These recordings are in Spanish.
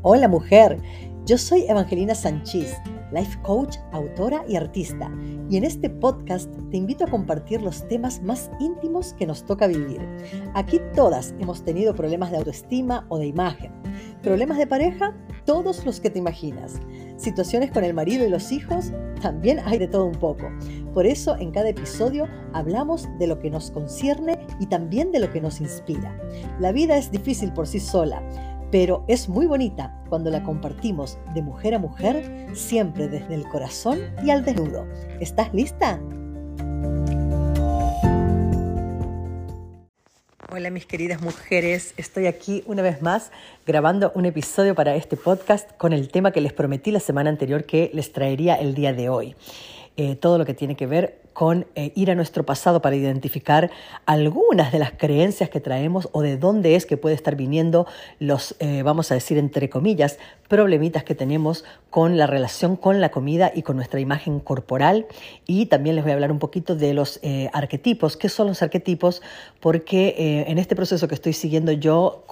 Hola mujer, yo soy Evangelina Sanchís, life coach, autora y artista, y en este podcast te invito a compartir los temas más íntimos que nos toca vivir. Aquí todas hemos tenido problemas de autoestima o de imagen, problemas de pareja, todos los que te imaginas, situaciones con el marido y los hijos, también hay de todo un poco. Por eso en cada episodio hablamos de lo que nos concierne y también de lo que nos inspira. La vida es difícil por sí sola, pero es muy bonita cuando la compartimos de mujer a mujer, siempre desde el corazón y al desnudo. ¿Estás lista? Hola mis queridas mujeres, estoy aquí una vez más grabando un episodio para este podcast con el tema que les prometí la semana anterior que les traería el día de hoy. Todo lo que tiene que ver con ir a nuestro pasado para identificar algunas de las creencias que traemos o de dónde es que puede estar viniendo los, vamos a decir entre comillas, problemitas que tenemos con la relación con la comida y con nuestra imagen corporal. Y también les voy a hablar un poquito de los arquetipos. ¿Qué son los arquetipos? Porque en este proceso que estoy siguiendo yo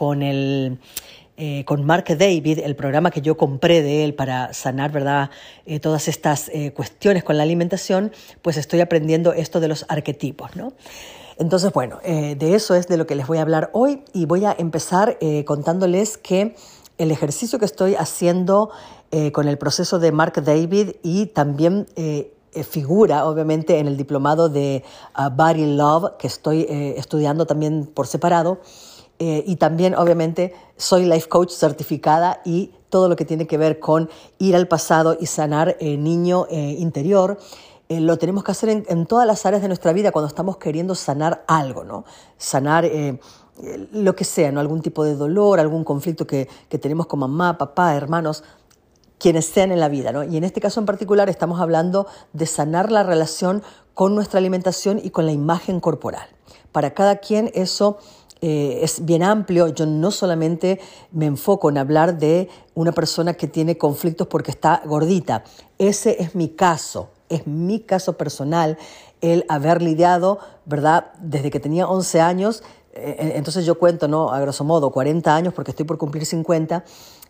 con Mark David, el programa que yo compré de él para sanar, ¿verdad? Todas estas cuestiones con la alimentación, pues estoy aprendiendo esto de los arquetipos, ¿no? Entonces, bueno, de eso es de lo que les voy a hablar hoy y voy a empezar contándoles que el ejercicio que estoy haciendo con el proceso de Mark David y también figura, obviamente, en el diplomado de Body Love que estoy estudiando también por separado. Y también, obviamente, soy life coach certificada y todo lo que tiene que ver con ir al pasado y sanar niño interior, lo tenemos que hacer en todas las áreas de nuestra vida cuando estamos queriendo sanar algo, ¿no? Sanar lo que sea, ¿no? Algún tipo de dolor, algún conflicto que tenemos con mamá, papá, hermanos, quienes sean en la vida, ¿no? Y en este caso en particular estamos hablando de sanar la relación con nuestra alimentación y con la imagen corporal. Para cada quien eso es bien amplio. Yo no solamente me enfoco en hablar de una persona que tiene conflictos porque está gordita. Ese es mi caso personal, el haber lidiado, ¿verdad? Desde que tenía 11 años, entonces yo cuento, ¿no? A grosso modo, 40 años porque estoy por cumplir 50,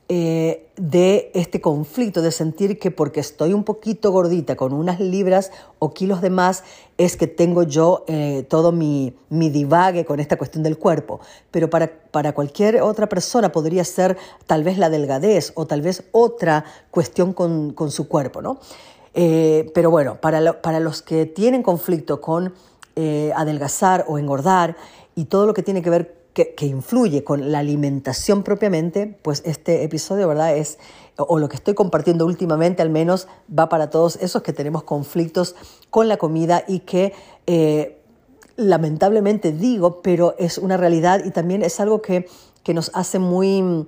de este conflicto de sentir que porque estoy un poquito gordita, con unas libras o kilos de más, es que tengo yo todo mi divague con esta cuestión del cuerpo. Pero para cualquier otra persona podría ser tal vez la delgadez o tal vez otra cuestión con su cuerpo, ¿no? Pero bueno, para los que tienen conflicto con adelgazar o engordar y todo lo que tiene que ver que influye con la alimentación propiamente, pues este episodio, ¿verdad? O lo que estoy compartiendo últimamente al menos, va para todos esos que tenemos conflictos con la comida y que lamentablemente digo, pero es una realidad y también es algo que nos hace muy...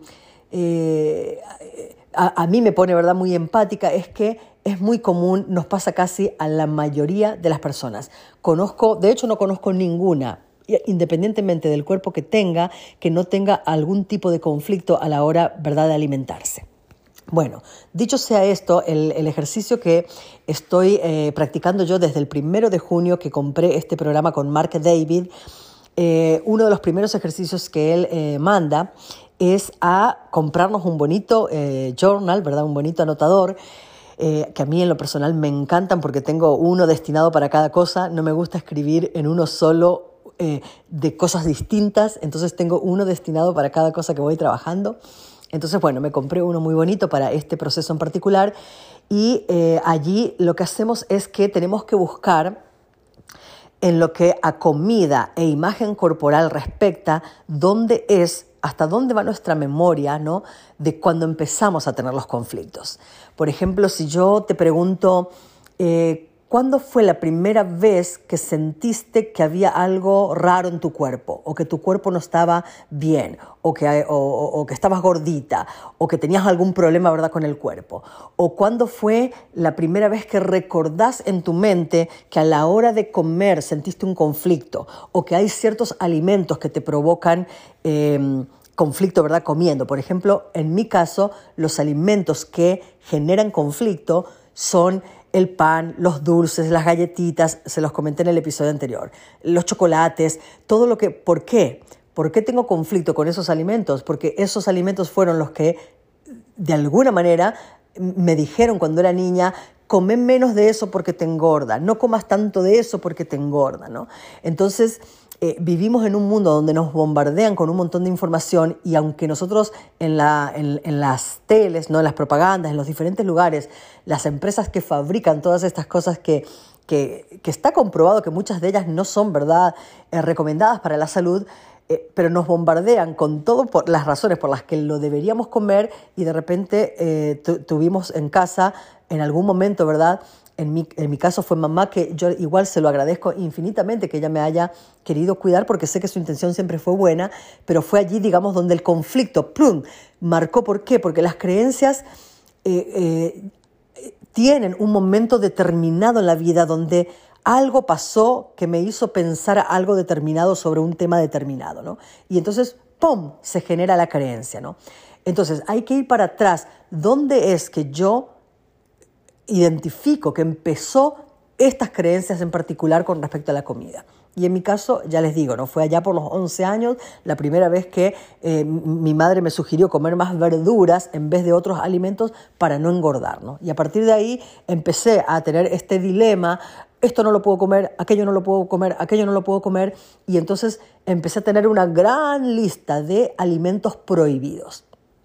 a mí me pone, ¿verdad?, muy empática, es que es muy común, nos pasa casi a la mayoría de las personas. De hecho no conozco ninguna, independientemente del cuerpo que tenga, que no tenga algún tipo de conflicto a la hora, ¿verdad?, de alimentarse. Bueno, dicho sea esto, el ejercicio que estoy practicando yo desde el 1 de junio que compré este programa con Mark David, uno de los primeros ejercicios que él manda es a comprarnos un bonito journal, ¿verdad?, un bonito anotador, que a mí en lo personal me encantan porque tengo uno destinado para cada cosa. No me gusta escribir en uno solo de cosas distintas, entonces tengo uno destinado para cada cosa que voy trabajando. Entonces, bueno, me compré uno muy bonito para este proceso en particular y allí lo que hacemos es que tenemos que buscar en lo que a comida e imagen corporal respecta, hasta dónde va nuestra memoria, ¿no?, de cuando empezamos a tener los conflictos. Por ejemplo, si yo te pregunto, ¿cuándo fue la primera vez que sentiste que había algo raro en tu cuerpo? O que tu cuerpo no estaba bien, o que estabas gordita, o que tenías algún problema, ¿verdad?, con el cuerpo. O ¿cuándo fue la primera vez que recordás en tu mente que a la hora de comer sentiste un conflicto? O que hay ciertos alimentos que te provocan conflicto, ¿verdad?, comiendo. Por ejemplo, en mi caso, los alimentos que generan conflicto son el pan, los dulces, las galletitas, se los comenté en el episodio anterior, los chocolates, todo lo que... ¿Por qué? ¿Por qué tengo conflicto con esos alimentos? Porque esos alimentos fueron los que de alguna manera me dijeron cuando era niña, come menos de eso porque te engorda, no comas tanto de eso porque te engorda, ¿no? Entonces, vivimos en un mundo donde nos bombardean con un montón de información y aunque nosotros en las teles, ¿no? En las propagandas, en los diferentes lugares, las empresas que fabrican todas estas cosas que está comprobado que muchas de ellas no son, ¿verdad?, recomendadas para la salud, pero nos bombardean con todo por las razones por las que lo deberíamos comer y de repente tuvimos en casa en algún momento, ¿verdad? En mi caso fue mamá, que yo igual se lo agradezco infinitamente que ella me haya querido cuidar porque sé que su intención siempre fue buena, pero fue allí, digamos, donde el conflicto, ¡plum!, marcó. ¿Por qué? Porque las creencias tienen un momento determinado en la vida donde algo pasó que me hizo pensar algo determinado sobre un tema determinado, ¿no? Y entonces, ¡pum!, se genera la creencia, ¿no? Entonces, hay que ir para atrás. ¿Dónde es que yo identifico que empezó estas creencias en particular con respecto a la comida? Y en mi caso, ya les digo, ¿no? Fue allá por los 11 años, la primera vez que mi madre me sugirió comer más verduras en vez de otros alimentos para no engordar, ¿no? Y a partir de ahí empecé a tener este dilema: esto no lo puedo comer, aquello no lo puedo comer, aquello no lo puedo comer, y entonces empecé a tener una gran lista de alimentos prohibidos.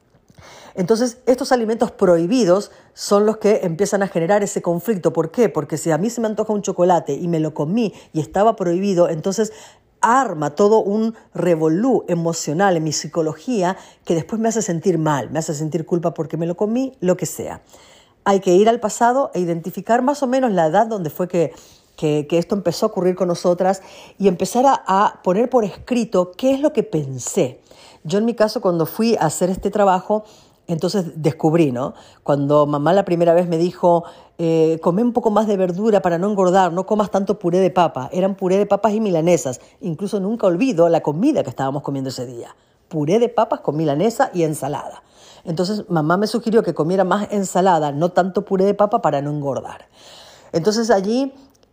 Entonces, estos alimentos prohibidos son los que empiezan a generar ese conflicto. ¿Por qué? Porque si a mí se me antoja un chocolate y me lo comí y estaba prohibido, entonces arma todo un revolú emocional en mi psicología que después me hace sentir mal, me hace sentir culpa porque me lo comí, lo que sea. Hay que ir al pasado e identificar más o menos la edad donde fue que esto empezó a ocurrir con nosotras y empezar a poner por escrito qué es lo que pensé. Yo en mi caso, cuando fui a hacer este trabajo, entonces descubrí, ¿no? Cuando mamá la primera vez me dijo, come un poco más de verdura para no engordar, no comas tanto puré de papa. Eran puré de papas y milanesas. Incluso nunca olvido la comida que estábamos comiendo ese día. Puré de papas con milanesa y ensalada. Entonces mamá me sugirió que comiera más ensalada, no tanto puré de papa, para no engordar. Entonces allí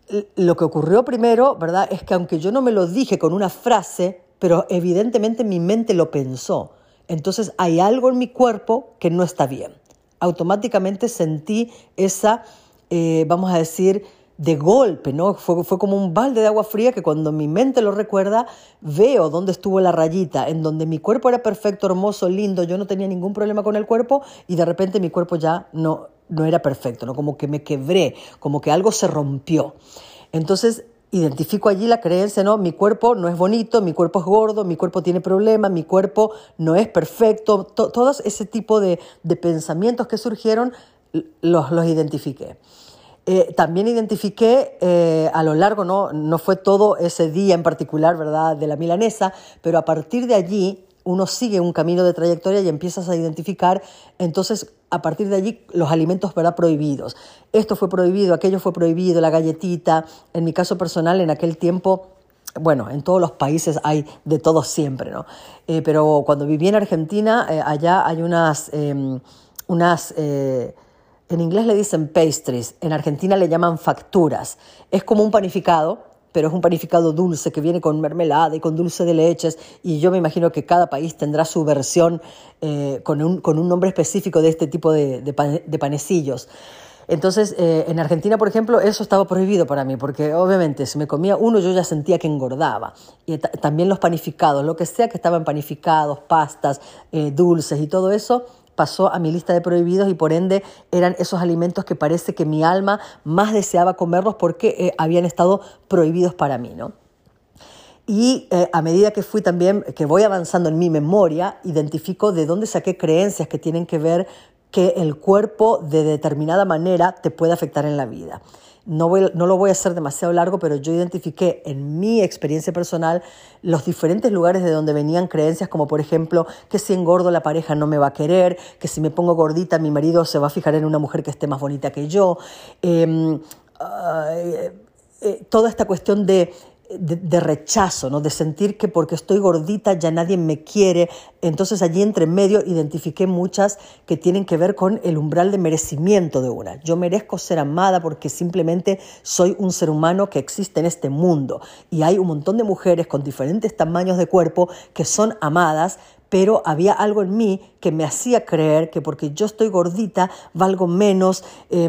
lo que ocurrió primero, ¿verdad?, es que aunque yo no me lo dije con una frase, pero evidentemente mi mente lo pensó. Entonces hay algo en mi cuerpo que no está bien. Automáticamente sentí esa, vamos a decir, de golpe, ¿no? Fue como un balde de agua fría que cuando mi mente lo recuerda, veo dónde estuvo la rayita, en donde mi cuerpo era perfecto, hermoso, lindo, yo no tenía ningún problema con el cuerpo y de repente mi cuerpo ya no era perfecto, ¿no? Como que me quebré, como que algo se rompió. Entonces identifico allí la creencia, ¿no? Mi cuerpo no es bonito, mi cuerpo es gordo, mi cuerpo tiene problemas, mi cuerpo no es perfecto. Todos ese tipo de pensamientos que surgieron los identifiqué. También identifiqué a lo largo, no fue todo ese día en particular, ¿verdad?, de la milanesa, pero a partir de allí uno sigue un camino de trayectoria y empiezas a identificar, entonces, a partir de allí, los alimentos, ¿verdad?, prohibidos. Esto fue prohibido, aquello fue prohibido, la galletita. En mi caso personal, en aquel tiempo, bueno, en todos los países hay de todo siempre, ¿no? Pero cuando viví en Argentina, allá hay en inglés le dicen pastries, en Argentina le llaman facturas. Es como un panificado, pero es un panificado dulce que viene con mermelada y con dulce de leches, y yo me imagino que cada país tendrá su versión con un nombre específico de este tipo de panecillos. Entonces, en Argentina, por ejemplo, eso estaba prohibido para mí, porque obviamente si me comía uno yo ya sentía que engordaba. Y también los panificados, lo que sea que estaban panificados, pastas, dulces y todo eso, pasó a mi lista de prohibidos y por ende eran esos alimentos que parece que mi alma más deseaba comerlos porque habían estado prohibidos para mí, ¿no? Y a medida que voy avanzando en mi memoria, identifico de dónde saqué creencias que tienen que ver que el cuerpo de determinada manera te puede afectar en la vida. No lo voy a hacer demasiado largo, pero yo identifiqué en mi experiencia personal los diferentes lugares de donde venían creencias, como por ejemplo, que si engordo la pareja no me va a querer, que si me pongo gordita mi marido se va a fijar en una mujer que esté más bonita que yo. Toda esta cuestión de rechazo, ¿no? De sentir que porque estoy gordita ya nadie me quiere. Entonces allí entre medio identifiqué muchas que tienen que ver con el umbral de merecimiento de una. Yo merezco ser amada porque simplemente soy un ser humano que existe en este mundo. Y hay un montón de mujeres con diferentes tamaños de cuerpo que son amadas, pero había algo en mí que me hacía creer que porque yo estoy gordita valgo menos,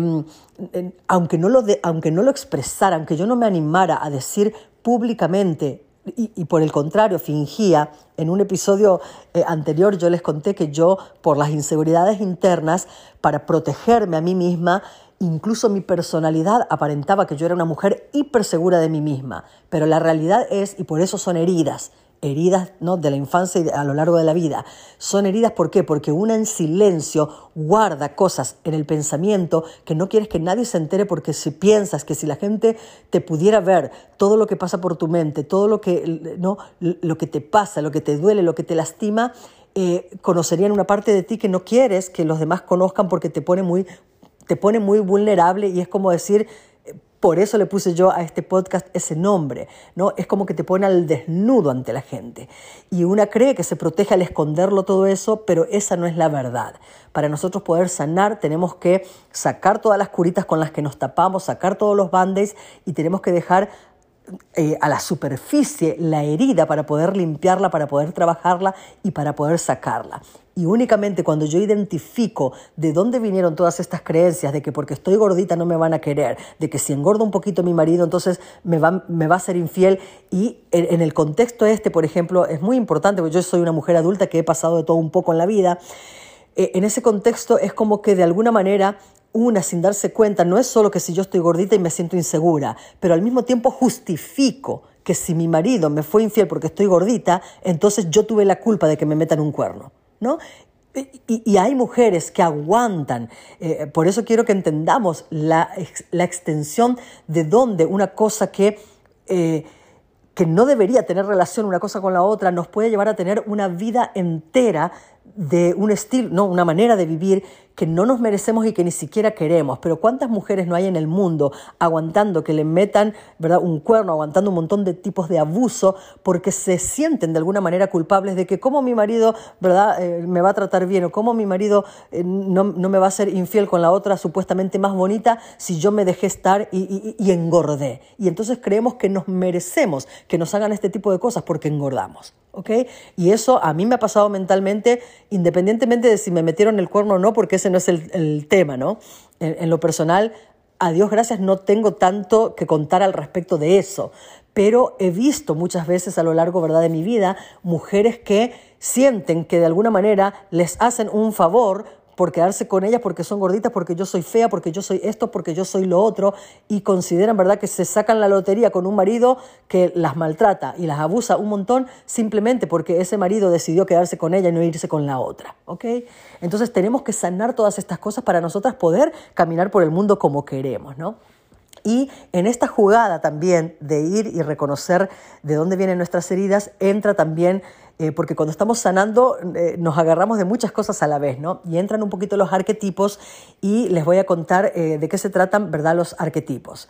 aunque no lo expresara, aunque yo no me animara a decir públicamente, y por el contrario fingía. En un episodio anterior yo les conté que yo, por las inseguridades internas, para protegerme a mí misma, incluso mi personalidad aparentaba que yo era una mujer hipersegura de mí misma, pero la realidad es, y por eso son heridas, ¿no?, de la infancia y a lo largo de la vida. Son heridas, ¿por qué? Porque una en silencio guarda cosas en el pensamiento que no quieres que nadie se entere, porque si piensas que si la gente te pudiera ver todo lo que pasa por tu mente, todo lo que, ¿no?, lo que te pasa, lo que te duele, lo que te lastima, conocerían una parte de ti que no quieres que los demás conozcan, porque te pone muy vulnerable, y es como decir, por eso le puse yo a este podcast ese nombre, ¿no? Es como que te pone al desnudo ante la gente. Y una cree que se protege al esconderlo todo eso, pero esa no es la verdad. Para nosotros poder sanar tenemos que sacar todas las curitas con las que nos tapamos, sacar todos los band-aids, y tenemos que dejar a la superficie la herida para poder limpiarla, para poder trabajarla y para poder sacarla. Y únicamente cuando yo identifico de dónde vinieron todas estas creencias de que porque estoy gordita no me van a querer, de que si engordo un poquito mi marido entonces me va a ser infiel, y en el contexto por ejemplo, es muy importante, porque yo soy una mujer adulta que he pasado de todo un poco en la vida. En ese contexto es como que de alguna manera una, sin darse cuenta, no es solo que si yo estoy gordita y me siento insegura, pero al mismo tiempo justifico que si mi marido me fue infiel porque estoy gordita, entonces yo tuve la culpa de que me metan un cuerno, ¿no? Y hay mujeres que aguantan. Por eso quiero que entendamos la extensión de dónde una cosa que no debería tener relación una cosa con la otra nos puede llevar a tener una vida entera de un estilo, no, una manera de vivir que no nos merecemos y que ni siquiera queremos. Pero ¿cuántas mujeres no hay en el mundo aguantando que le metan, ¿verdad?, un cuerno, aguantando un montón de tipos de abuso, porque se sienten de alguna manera culpables de que cómo mi marido, ¿verdad?, me va a tratar bien, o cómo mi marido no me va a ser infiel con la otra supuestamente más bonita si yo me dejé estar y engordé. Y entonces creemos que nos merecemos que nos hagan este tipo de cosas porque engordamos. ¿Ok? Y eso a mí me ha pasado mentalmente, independientemente de si me metieron el cuerno o no, porque ese no es el tema, ¿no? En lo personal, a Dios gracias, no tengo tanto que contar al respecto de eso, pero he visto muchas veces a lo largo, ¿verdad?, de mi vida, mujeres que sienten que de alguna manera les hacen un favor por quedarse con ellas porque son gorditas, porque yo soy fea, porque yo soy esto, porque yo soy lo otro, y consideran, ¿verdad?, que se sacan la lotería con un marido que las maltrata y las abusa un montón simplemente porque ese marido decidió quedarse con ella y no irse con la otra, ¿ok? Entonces tenemos que sanar todas estas cosas para nosotras poder caminar por el mundo como queremos, ¿no? Y en esta jugada también de ir y reconocer de dónde vienen nuestras heridas, entra también, porque cuando estamos sanando nos agarramos de muchas cosas a la vez, ¿no? Y entran un poquito los arquetipos, y les voy a contar de qué se tratan, ¿verdad?, los arquetipos.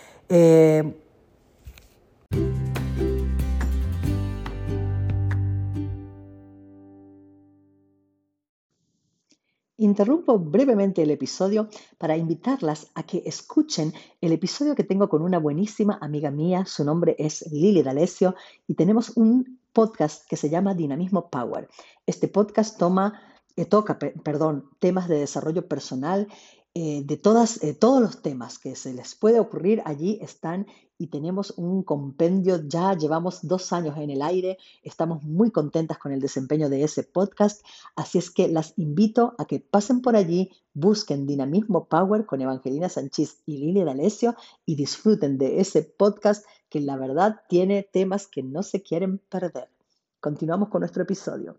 Interrumpo brevemente el episodio para invitarlas a que escuchen el episodio que tengo con una buenísima amiga mía. Su nombre es Lili D'Alessio y tenemos un podcast que se llama Dinamismo Power. Este podcast toca temas de desarrollo personal, todos los temas que se les puede ocurrir allí están, y tenemos un compendio. Ya llevamos 2 años en el aire, estamos muy contentas con el desempeño de ese podcast, así es que las invito a que pasen por allí, busquen Dinamismo Power con Evangelina Sanchís y Lili D'Alessio y disfruten de ese podcast que la verdad tiene temas que no se quieren perder. Continuamos con nuestro episodio.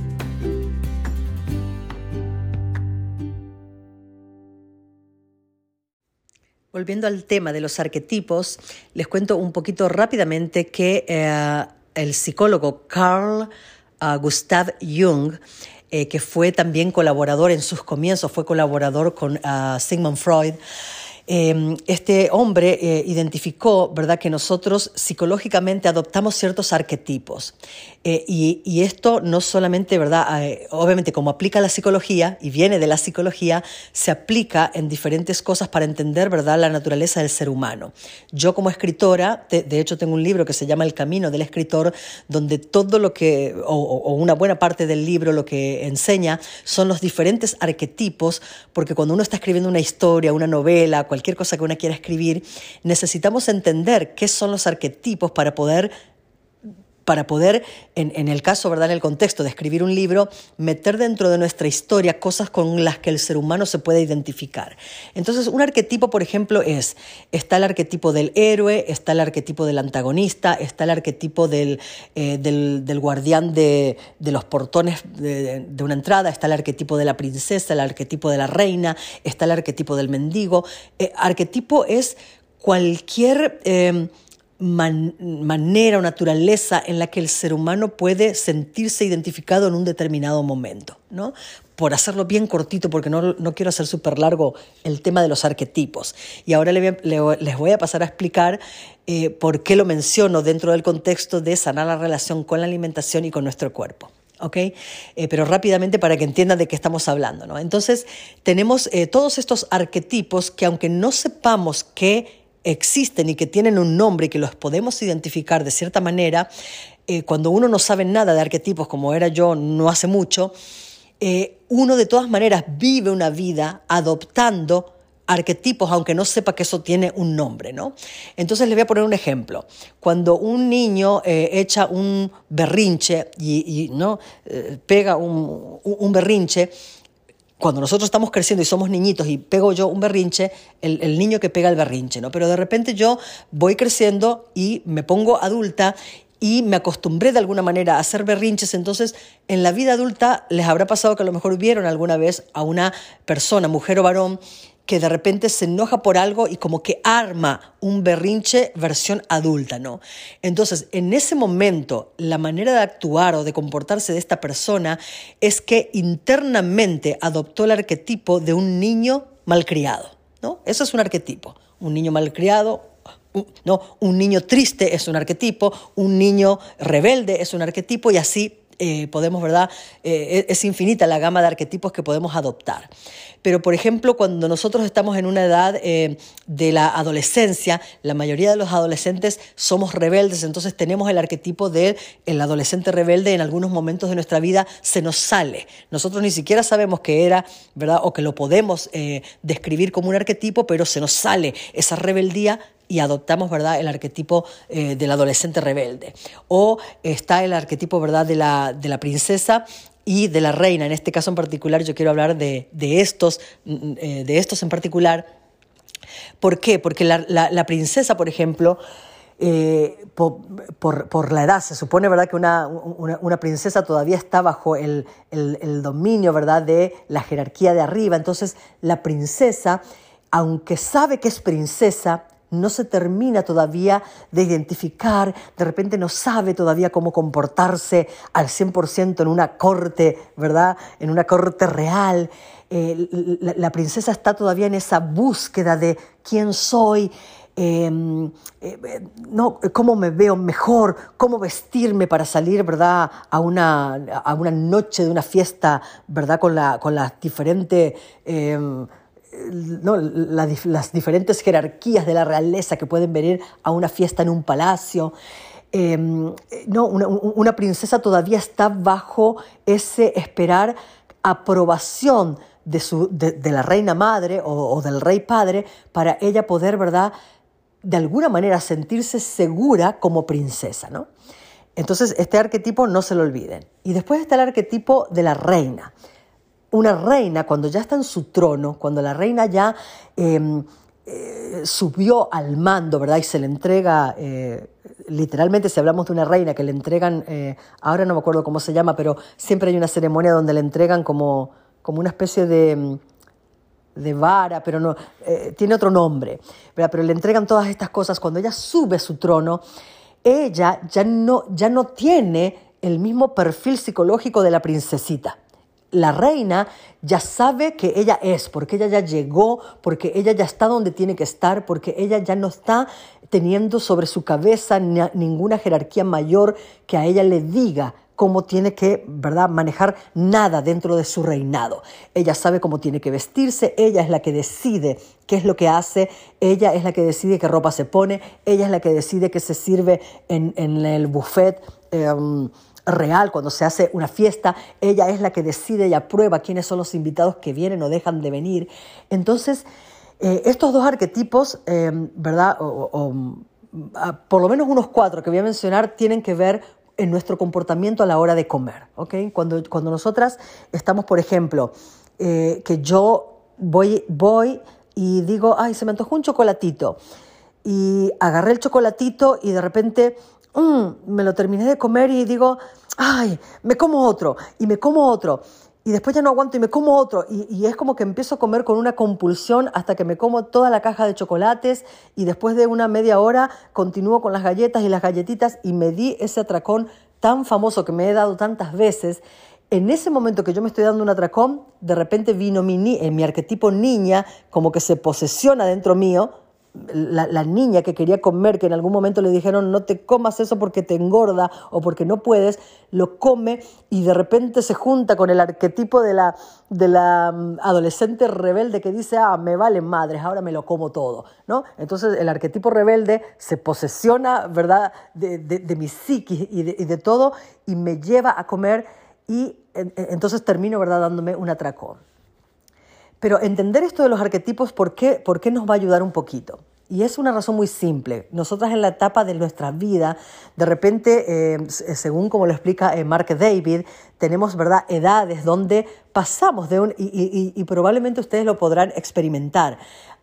Volviendo al tema de los arquetipos, les cuento un poquito rápidamente que el psicólogo Carl Gustav Jung, que fue también colaborador en sus comienzos, fue colaborador con Sigmund Freud, Este hombre identificó, ¿verdad?, que nosotros psicológicamente adoptamos ciertos arquetipos. Y esto no solamente, ¿verdad?, obviamente como aplica a la psicología y viene de la psicología, se aplica en diferentes cosas para entender, ¿verdad?, la naturaleza del ser humano. Yo como escritora, de hecho tengo un libro que se llama El Camino del Escritor, donde todo lo que, o una buena parte del libro, lo que enseña son los diferentes arquetipos, porque cuando uno está escribiendo una historia, una novela, cualquier cosa que uno quiera escribir, necesitamos entender qué son los arquetipos para poder, en el caso, ¿verdad?, en el contexto de escribir un libro, meter dentro de nuestra historia cosas con las que el ser humano se puede identificar. Entonces, un arquetipo, por ejemplo, está el arquetipo del héroe, está el arquetipo del antagonista, está el arquetipo del guardián de los portones de una entrada, está el arquetipo de la princesa, el arquetipo de la reina, está el arquetipo del mendigo. Arquetipo es cualquier manera o naturaleza en la que el ser humano puede sentirse identificado en un determinado momento, ¿no? Por hacerlo bien cortito, porque no quiero hacer súper largo el tema de los arquetipos. Y ahora les voy a pasar a explicar por qué lo menciono dentro del contexto de sanar la relación con la alimentación y con nuestro cuerpo. ¿Okay? Pero rápidamente para que entiendan de qué estamos hablando, ¿no? Entonces, tenemos todos estos arquetipos que, aunque no sepamos que existen y que tienen un nombre y que los podemos identificar de cierta manera, cuando uno no sabe nada de arquetipos, como era yo no hace mucho, uno de todas maneras vive una vida adoptando arquetipos, aunque no sepa que eso tiene un nombre, ¿no? Entonces les voy a poner un ejemplo. Cuando un niño echa un berrinche pega un berrinche, cuando nosotros estamos creciendo y somos niñitos y pego yo un berrinche, el niño que pega el berrinche, ¿no? Pero de repente yo voy creciendo y me pongo adulta y me acostumbré de alguna manera a hacer berrinches. Entonces, en la vida adulta les habrá pasado que a lo mejor vieron alguna vez a una persona, mujer o varón, que de repente se enoja por algo y como que arma un berrinche versión adulta, ¿no? Entonces, en ese momento, la manera de actuar o de comportarse de esta persona es que internamente adoptó el arquetipo de un niño malcriado, ¿no? Eso es un arquetipo. Un niño malcriado, ¿no? Un niño triste es un arquetipo, un niño rebelde es un arquetipo y así podemos, ¿verdad? Es infinita la gama de arquetipos que podemos adoptar. Pero, por ejemplo, cuando nosotros estamos en una edad de la adolescencia, la mayoría de los adolescentes somos rebeldes, entonces tenemos el arquetipo del adolescente rebelde. En algunos momentos de nuestra vida se nos sale. Nosotros ni siquiera sabemos qué era, ¿verdad? O que lo podemos describir como un arquetipo, pero se nos sale esa rebeldía y adoptamos, ¿verdad?, el arquetipo del adolescente rebelde. O está el arquetipo, ¿verdad?, de la princesa y de la reina. En este caso en particular yo quiero hablar de estos en particular. ¿Por qué? Porque la princesa, por ejemplo, por la edad, se supone, ¿verdad?, que una princesa todavía está bajo el dominio, ¿verdad?, de la jerarquía de arriba. Entonces la princesa, aunque sabe que es princesa, no se termina todavía de identificar, de repente no sabe todavía cómo comportarse al 100% en una corte, ¿verdad?, en una corte real. La princesa está todavía en esa búsqueda de quién soy, cómo me veo mejor, cómo vestirme para salir, ¿verdad?, a una noche de una fiesta, ¿verdad?, con las diferentes las diferentes jerarquías de la realeza que pueden venir a una fiesta en un palacio. Una princesa todavía está bajo ese esperar aprobación de la reina madre o del rey padre para ella poder, ¿verdad?, de alguna manera sentirse segura como princesa, ¿no? Entonces, este arquetipo no se lo olviden. Y después está el arquetipo de la reina. Una reina, cuando ya está en su trono, cuando la reina ya subió al mando, ¿verdad?, y se le entrega, literalmente si hablamos de una reina que le entregan, ahora no me acuerdo cómo se llama, pero siempre hay una ceremonia donde le entregan como una especie de vara, pero no, tiene otro nombre, ¿verdad? Pero le entregan todas estas cosas. Cuando ella sube a su trono, ella ya no tiene el mismo perfil psicológico de la princesita. la reina ya sabe que ella es, porque ella ya llegó, porque ella ya está donde tiene que estar, porque ella ya no está teniendo sobre su cabeza ninguna jerarquía mayor que a ella le diga cómo tiene que, ¿verdad?, manejar nada dentro de su reinado. Ella sabe cómo tiene que vestirse, ella es la que decide qué es lo que hace, ella es la que decide qué ropa se pone, ella es la que decide qué se sirve en el buffet real cuando se hace una fiesta. Ella es la que decide y aprueba quiénes son los invitados que vienen o dejan de venir. Entonces, estos dos arquetipos, ¿verdad?, por lo menos unos 4 que voy a mencionar, tienen que ver en nuestro comportamiento a la hora de comer, ¿ok? Cuando nosotras estamos, por ejemplo, que yo voy y digo, ay, se me antojó un chocolatito, y agarré el chocolatito y de repente me lo terminé de comer y digo, ay, me como otro, y me como otro, y después ya no aguanto y me como otro, y es como que empiezo a comer con una compulsión hasta que me como toda la caja de chocolates, y después de una media hora continúo con las galletas y las galletitas, y me di ese atracón tan famoso que me he dado tantas veces. En ese momento que yo me estoy dando un atracón, de repente vino mi arquetipo niña, como que se posesiona dentro mío, la niña que quería comer, que en algún momento le dijeron no te comas eso porque te engorda o porque no puedes, lo come, y de repente se junta con el arquetipo de la adolescente rebelde que dice, me valen madres, ahora me lo como todo, ¿no? Entonces el arquetipo rebelde se posesiona, ¿verdad?, de mi psiquis y de todo, y me lleva a comer, y entonces termino, ¿verdad?, dándome un atracón. Pero entender esto de los arquetipos, ¿por qué nos va a ayudar un poquito? Y es una razón muy simple. Nosotras en la etapa de nuestra vida, de repente, según como lo explica Mark David, tenemos, ¿verdad?, edades donde pasamos de y probablemente ustedes lo podrán experimentar.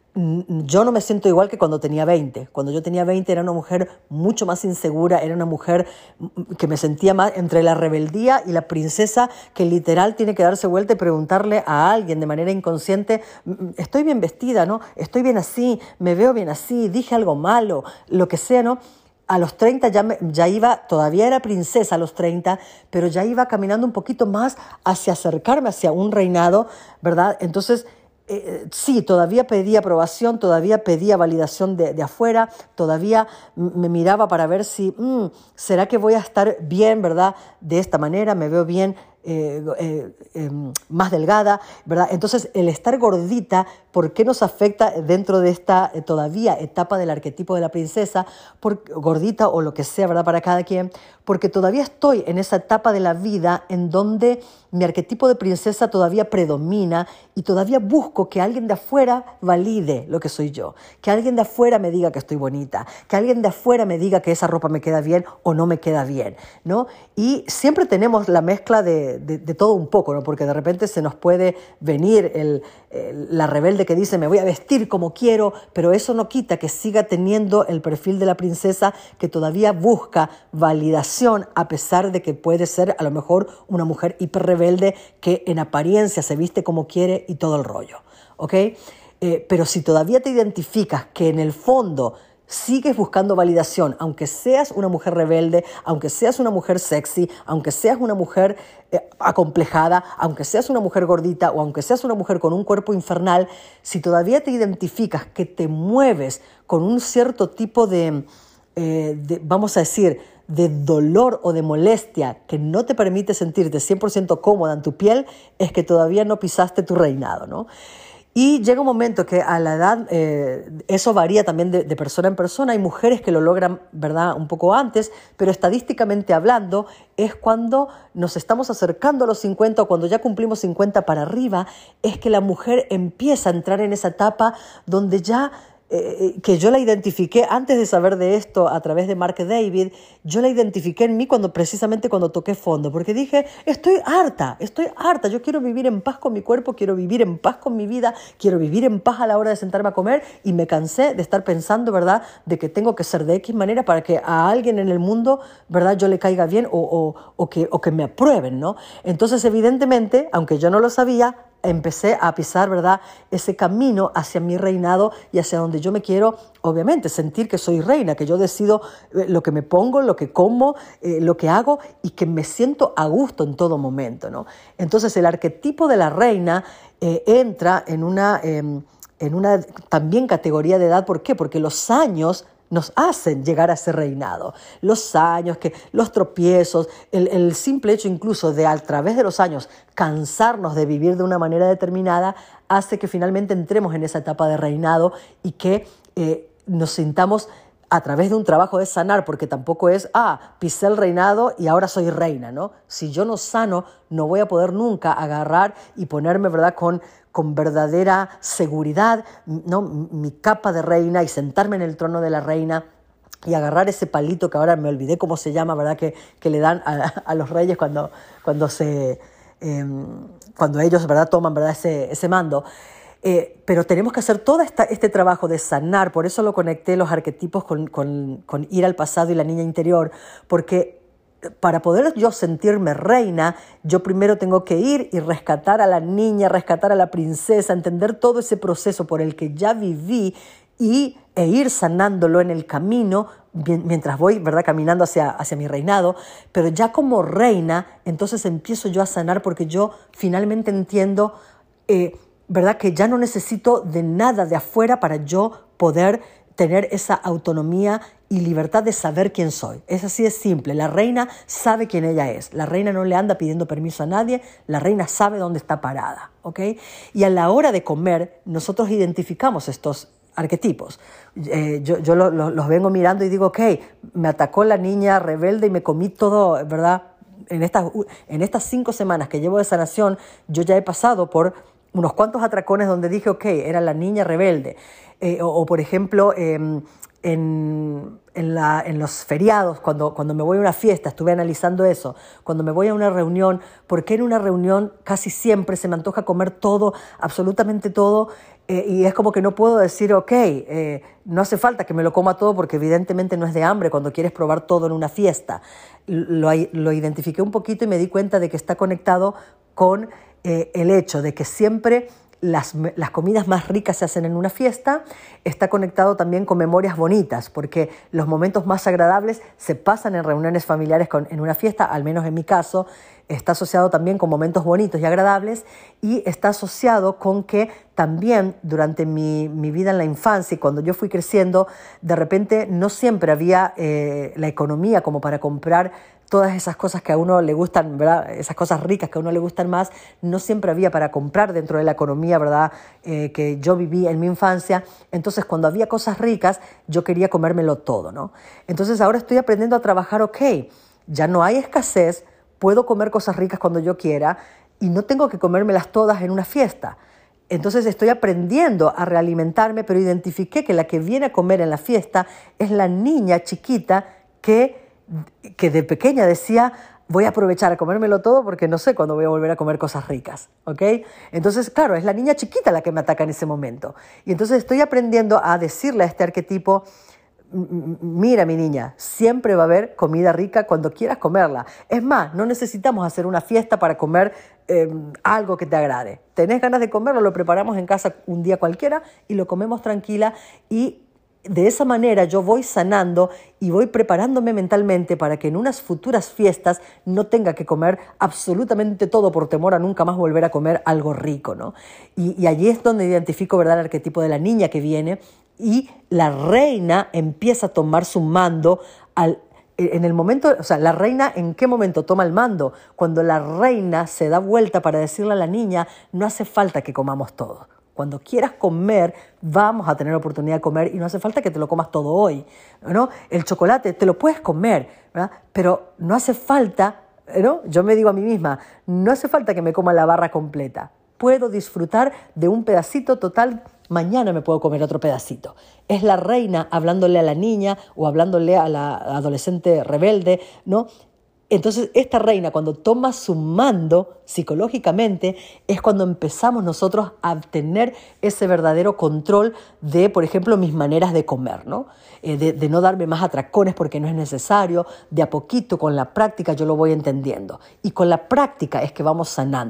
Yo no me siento igual que cuando tenía 20. Cuando yo tenía 20 era una mujer mucho más insegura, era una mujer que me sentía más entre la rebeldía y la princesa que literal tiene que darse vuelta y preguntarle a alguien de manera inconsciente, estoy bien vestida, ¿no? Estoy bien así, me veo bien así, dije algo malo, lo que sea, ¿no? A los 30 ya iba, todavía era princesa a los 30, pero ya iba caminando un poquito más hacia acercarme hacia un reinado, ¿verdad? Entonces, sí, todavía pedía aprobación, todavía pedía validación de afuera, todavía me miraba para ver si, ¿será que voy a estar bien, verdad? De esta manera, me veo bien, más delgada, ¿verdad? Entonces, el estar gordita, ¿por qué nos afecta dentro de esta todavía etapa del arquetipo de la princesa? Gordita o lo que sea, ¿verdad? Para cada quien, porque todavía estoy en esa etapa de la vida en donde mi arquetipo de princesa todavía predomina y todavía busco que alguien de afuera valide lo que soy yo, que alguien de afuera me diga que estoy bonita, que alguien de afuera me diga que esa ropa me queda bien o no me queda bien, ¿no? Y siempre tenemos la mezcla de todo un poco, ¿no? Porque de repente se nos puede venir la rebelde que dice me voy a vestir como quiero, pero eso no quita que siga teniendo el perfil de la princesa que todavía busca validación, a pesar de que puede ser a lo mejor una mujer hiper rebelde que en apariencia se viste como quiere y todo el rollo, ¿ok? Pero si todavía te identificas que en el fondo sigues buscando validación, aunque seas una mujer rebelde, aunque seas una mujer sexy, aunque seas una mujer acomplejada, aunque seas una mujer gordita o aunque seas una mujer con un cuerpo infernal, si todavía te identificas que te mueves con un cierto tipo vamos a decir, de dolor o de molestia que no te permite sentirte 100% cómoda en tu piel, es que todavía no pisaste tu reinado, ¿no? Y llega un momento que a la edad, eso varía también de persona en persona. Hay mujeres que lo logran, ¿verdad?, un poco antes, pero estadísticamente hablando es cuando nos estamos acercando a los 50 o cuando ya cumplimos 50 para arriba, es que la mujer empieza a entrar en esa etapa donde ya que yo la identifiqué antes de saber de esto a través de Mark David, yo la identifiqué en mí precisamente cuando toqué fondo, porque dije, estoy harta, yo quiero vivir en paz con mi cuerpo, quiero vivir en paz con mi vida, quiero vivir en paz a la hora de sentarme a comer, y me cansé de estar pensando, ¿verdad?, de que tengo que ser de X manera para que a alguien en el mundo, ¿verdad?, yo le caiga bien o que me aprueben, ¿no? Entonces, evidentemente, aunque yo no lo sabía, empecé a pisar, ¿verdad?, ese camino hacia mi reinado y hacia donde yo me quiero, obviamente, sentir que soy reina, que yo decido lo que me pongo, lo que como, lo que hago y que me siento a gusto en todo momento, ¿no? Entonces el arquetipo de la reina entra en una también categoría de edad. ¿Por qué? Porque los años nos hacen llegar a ese reinado. Los años, los tropiezos, el simple hecho incluso de a través de los años cansarnos de vivir de una manera determinada hace que finalmente entremos en esa etapa de reinado y que nos sintamos a través de un trabajo de sanar, porque tampoco es, pisé el reinado y ahora soy reina, ¿no? Si yo no sano, no voy a poder nunca agarrar y ponerme, ¿verdad?, con verdadera seguridad, ¿no?, mi capa de reina y sentarme en el trono de la reina y agarrar ese palito que ahora me olvidé cómo se llama, ¿verdad?, que le dan a los reyes cuando ellos, ¿verdad?, toman, ¿verdad?, ese mando. Pero tenemos que hacer todo este trabajo de sanar. Por eso lo conecté los arquetipos con ir al pasado y la niña interior, porque para poder yo sentirme reina, yo primero tengo que ir y rescatar a la niña, rescatar a la princesa, entender todo ese proceso por el que ya viví e ir sanándolo en el camino mientras voy, ¿verdad?, caminando hacia mi reinado. Pero ya como reina, entonces empiezo yo a sanar porque yo finalmente entiendo, ¿verdad?, que ya no necesito de nada de afuera para yo poder tener esa autonomía y libertad de saber quién soy. Es así de simple. La reina sabe quién ella es. La reina no le anda pidiendo permiso a nadie. La reina sabe dónde está parada, ¿ok? Y a la hora de comer, nosotros identificamos estos arquetipos. Yo los vengo mirando y digo, ok, me atacó la niña rebelde y me comí todo, ¿verdad? En estas 5 semanas que llevo de sanación, yo ya he pasado por unos cuantos atracones donde dije, ok, era la niña rebelde. O por ejemplo, en los feriados, cuando me voy a una fiesta, estuve analizando eso, cuando me voy a una reunión, porque en una reunión casi siempre se me antoja comer todo, absolutamente todo, y es como que no puedo decir, ok, no hace falta que me lo coma todo porque evidentemente no es de hambre cuando quieres probar todo en una fiesta. Lo identifiqué un poquito y me di cuenta de que está conectado con el hecho de que siempre las comidas más ricas se hacen en una fiesta. Está conectado también con memorias bonitas, porque los momentos más agradables se pasan en reuniones familiares en una fiesta, al menos en mi caso. Está asociado también con momentos bonitos y agradables, y está asociado con que también durante mi vida en la infancia y cuando yo fui creciendo, de repente no siempre había la economía como para comprar todas esas cosas que a uno le gustan, ¿verdad? Esas cosas ricas que a uno le gustan más, no siempre había para comprar dentro de la economía, ¿verdad?, que yo viví en mi infancia. Entonces, cuando había cosas ricas, yo quería comérmelo todo, ¿no? Entonces, ahora estoy aprendiendo a trabajar, ok, ya no hay escasez, puedo comer cosas ricas cuando yo quiera y no tengo que comérmelas todas en una fiesta. Entonces estoy aprendiendo a realimentarme, pero identifiqué que la que viene a comer en la fiesta es la niña chiquita que de pequeña decía, voy a aprovechar a comérmelo todo porque no sé cuándo voy a volver a comer cosas ricas, ¿ok? Entonces, claro, es la niña chiquita la que me ataca en ese momento. Y entonces estoy aprendiendo a decirle a este arquetipo, mira, mi niña, siempre va a haber comida rica cuando quieras comerla. Es más, no necesitamos hacer una fiesta para comer algo que te agrade. Tenés ganas de comerlo, lo preparamos en casa un día cualquiera y lo comemos tranquila, y de esa manera yo voy sanando y voy preparándome mentalmente para que en unas futuras fiestas no tenga que comer absolutamente todo por temor a nunca más volver a comer algo rico, ¿no? Y allí es donde identifico, ¿verdad?, el arquetipo de la niña que viene, y la reina empieza a tomar su mando en el momento, o sea, la reina, ¿en qué momento toma el mando? Cuando la reina se da vuelta para decirle a la niña, no hace falta que comamos todo. Cuando quieras comer, vamos a tener oportunidad de comer y no hace falta que te lo comas todo hoy, ¿no? El chocolate te lo puedes comer, ¿verdad?, pero no hace falta, ¿no? Yo me digo a mí misma, no hace falta que me coma la barra completa. Puedo disfrutar de un pedacito total, mañana me puedo comer otro pedacito. Es la reina hablándole a la niña o hablándole a la adolescente rebelde, ¿no? Entonces, esta reina, cuando toma su mando psicológicamente, es cuando empezamos nosotros a tener ese verdadero control de, por ejemplo, mis maneras de comer, ¿no? De no darme más atracones porque no es necesario. De a poquito, con la práctica, yo lo voy entendiendo. Y con la práctica es que vamos sanando.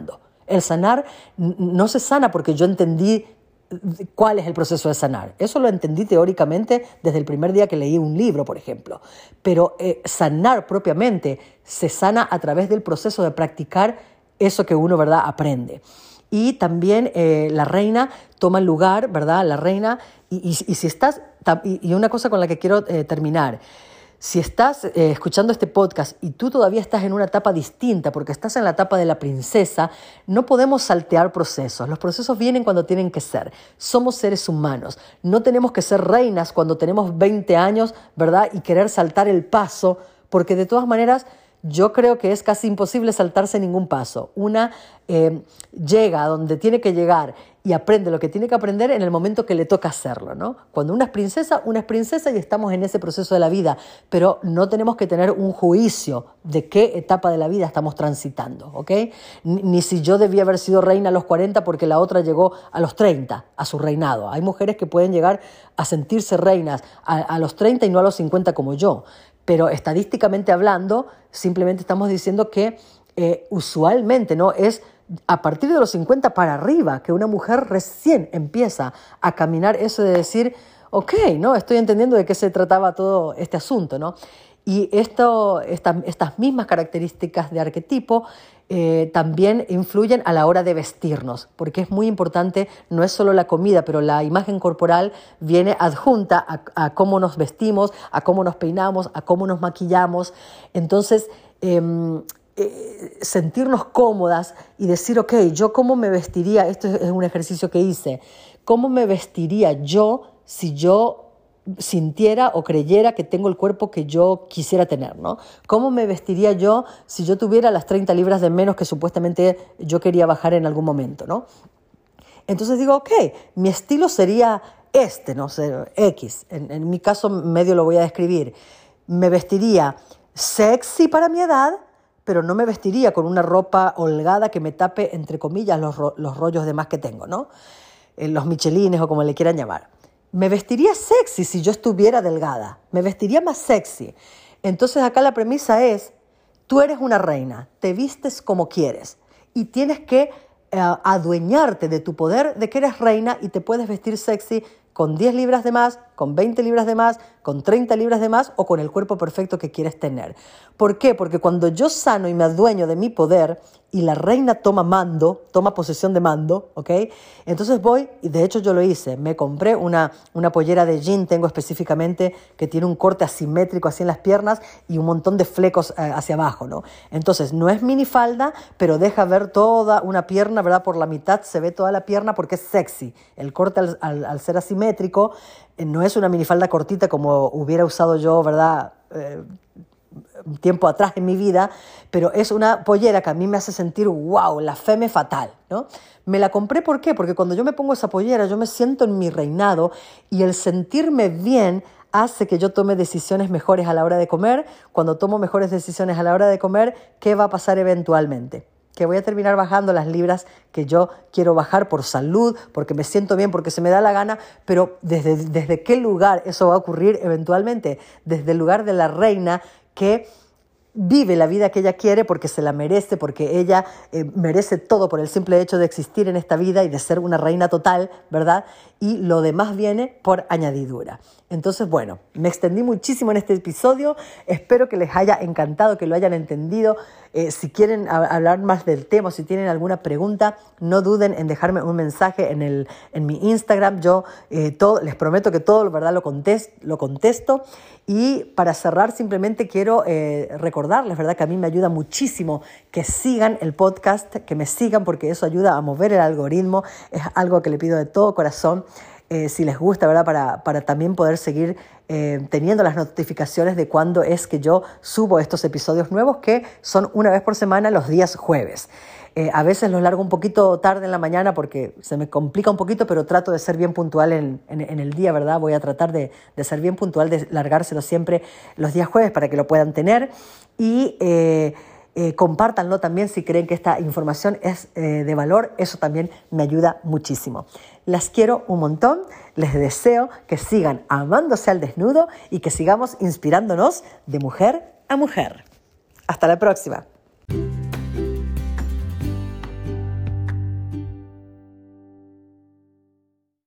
El sanar no se sana porque yo entendí cuál es el proceso de sanar. Eso lo entendí teóricamente desde el primer día que leí un libro, por ejemplo. Pero sanar propiamente se sana a través del proceso de practicar eso que uno, ¿verdad?, aprende. Y también la reina toma lugar, ¿verdad?, la reina. Y si estás... Y una cosa con la que quiero terminar. Si estás escuchando este podcast y tú todavía estás en una etapa distinta, porque estás en la etapa de la princesa, no podemos saltear procesos. Los procesos vienen cuando tienen que ser. Somos seres humanos. No tenemos que ser reinas cuando tenemos 20 años, ¿verdad?, y querer saltar el paso, porque de todas maneras yo creo que es casi imposible saltarse ningún paso. Una llega a donde tiene que llegar y aprende lo que tiene que aprender en el momento que le toca hacerlo, ¿no? Cuando una es princesa y estamos en ese proceso de la vida, pero no tenemos que tener un juicio de qué etapa de la vida estamos transitando, ¿ok? Ni si yo debía haber sido reina a los 40 porque la otra llegó a los 30 a su reinado. Hay mujeres que pueden llegar a sentirse reinas a los 30 y no a los 50 como yo, pero estadísticamente hablando, simplemente estamos diciendo que usualmente, ¿no?, es a partir de los 50 para arriba que una mujer recién empieza a caminar eso de decir, ok, ¿no?, estoy entendiendo de qué se trataba todo este asunto, ¿no? Y estas mismas características de arquetipo también influyen a la hora de vestirnos, porque es muy importante, no es solo la comida, pero la imagen corporal viene adjunta a cómo nos vestimos, a cómo nos peinamos, a cómo nos maquillamos. Entonces, sentirnos cómodas y decir, ok, ¿yo cómo me vestiría? Esto es un ejercicio que hice. ¿Cómo me vestiría yo si yo sintiera o creyera que tengo el cuerpo que yo quisiera tener, ¿no? ¿Cómo me vestiría yo si yo tuviera las 30 libras de menos que supuestamente yo quería bajar en algún momento, ¿no? Entonces digo, ok, mi estilo sería no sé, X. En mi caso medio lo voy a describir. Me vestiría sexy para mi edad, pero no me vestiría con una ropa holgada que me tape, entre comillas, los rollos de más que tengo, ¿no? Los michelines o como le quieran llamar. Me vestiría sexy si yo estuviera delgada. Me vestiría más sexy. Entonces acá la premisa es, tú eres una reina, te vistes como quieres y tienes que adueñarte de tu poder de que eres reina y te puedes vestir sexy con 10 libras de más, con 20 libras de más, con 30 libras de más o con el cuerpo perfecto que quieres tener. ¿Por qué? Porque cuando yo sano y me adueño de mi poder y la reina toma posesión de mando, ¿ok? Entonces voy, y de hecho yo lo hice, me compré una pollera de jean, tengo específicamente, que tiene un corte asimétrico así en las piernas y un montón de flecos hacia abajo, ¿no? Entonces no es minifalda, pero deja ver toda una pierna, ¿verdad? Por la mitad se ve toda la pierna porque es sexy. El corte al ser asimétrico no es una minifalda cortita como hubiera usado yo, ¿verdad?, tiempo atrás en mi vida, pero es una pollera que a mí me hace sentir, wow, la femme fatal, ¿no? Me la compré, ¿por qué? Porque cuando yo me pongo esa pollera, yo me siento en mi reinado y el sentirme bien hace que yo tome decisiones mejores a la hora de comer. Cuando tomo mejores decisiones a la hora de comer, ¿qué va a pasar eventualmente? Que voy a terminar bajando las libras que yo quiero bajar por salud, porque me siento bien, porque se me da la gana, pero ¿desde qué lugar eso va a ocurrir eventualmente? Desde el lugar de la reina que vive la vida que ella quiere porque se la merece, porque ella merece todo por el simple hecho de existir en esta vida y de ser una reina total, ¿verdad? Y lo demás viene por añadidura. Entonces, bueno, me extendí muchísimo en este episodio. Espero que les haya encantado, que lo hayan entendido. Si quieren hablar más del tema, si tienen alguna pregunta, no duden en dejarme un mensaje en mi Instagram. Yo les prometo que todo, ¿verdad?, lo contesto. Y para cerrar, simplemente quiero recordarles, ¿verdad?, que a mí me ayuda muchísimo que sigan el podcast, que me sigan, porque eso ayuda a mover el algoritmo. Es algo que le pido de todo corazón. Si les gusta, ¿verdad?, para también poder seguir teniendo las notificaciones de cuándo es que yo subo estos episodios nuevos, que son una vez por semana los días jueves. A veces los largo un poquito tarde en la mañana porque se me complica un poquito, pero trato de ser bien puntual en el día, ¿verdad? Voy a tratar de ser bien puntual, de largárselo siempre los días jueves para que lo puedan tener. Y compártanlo también si creen que esta información es de valor. Eso también me ayuda muchísimo. Las quiero un montón. Les deseo que sigan amándose al desnudo y que sigamos inspirándonos de mujer a mujer. Hasta la próxima.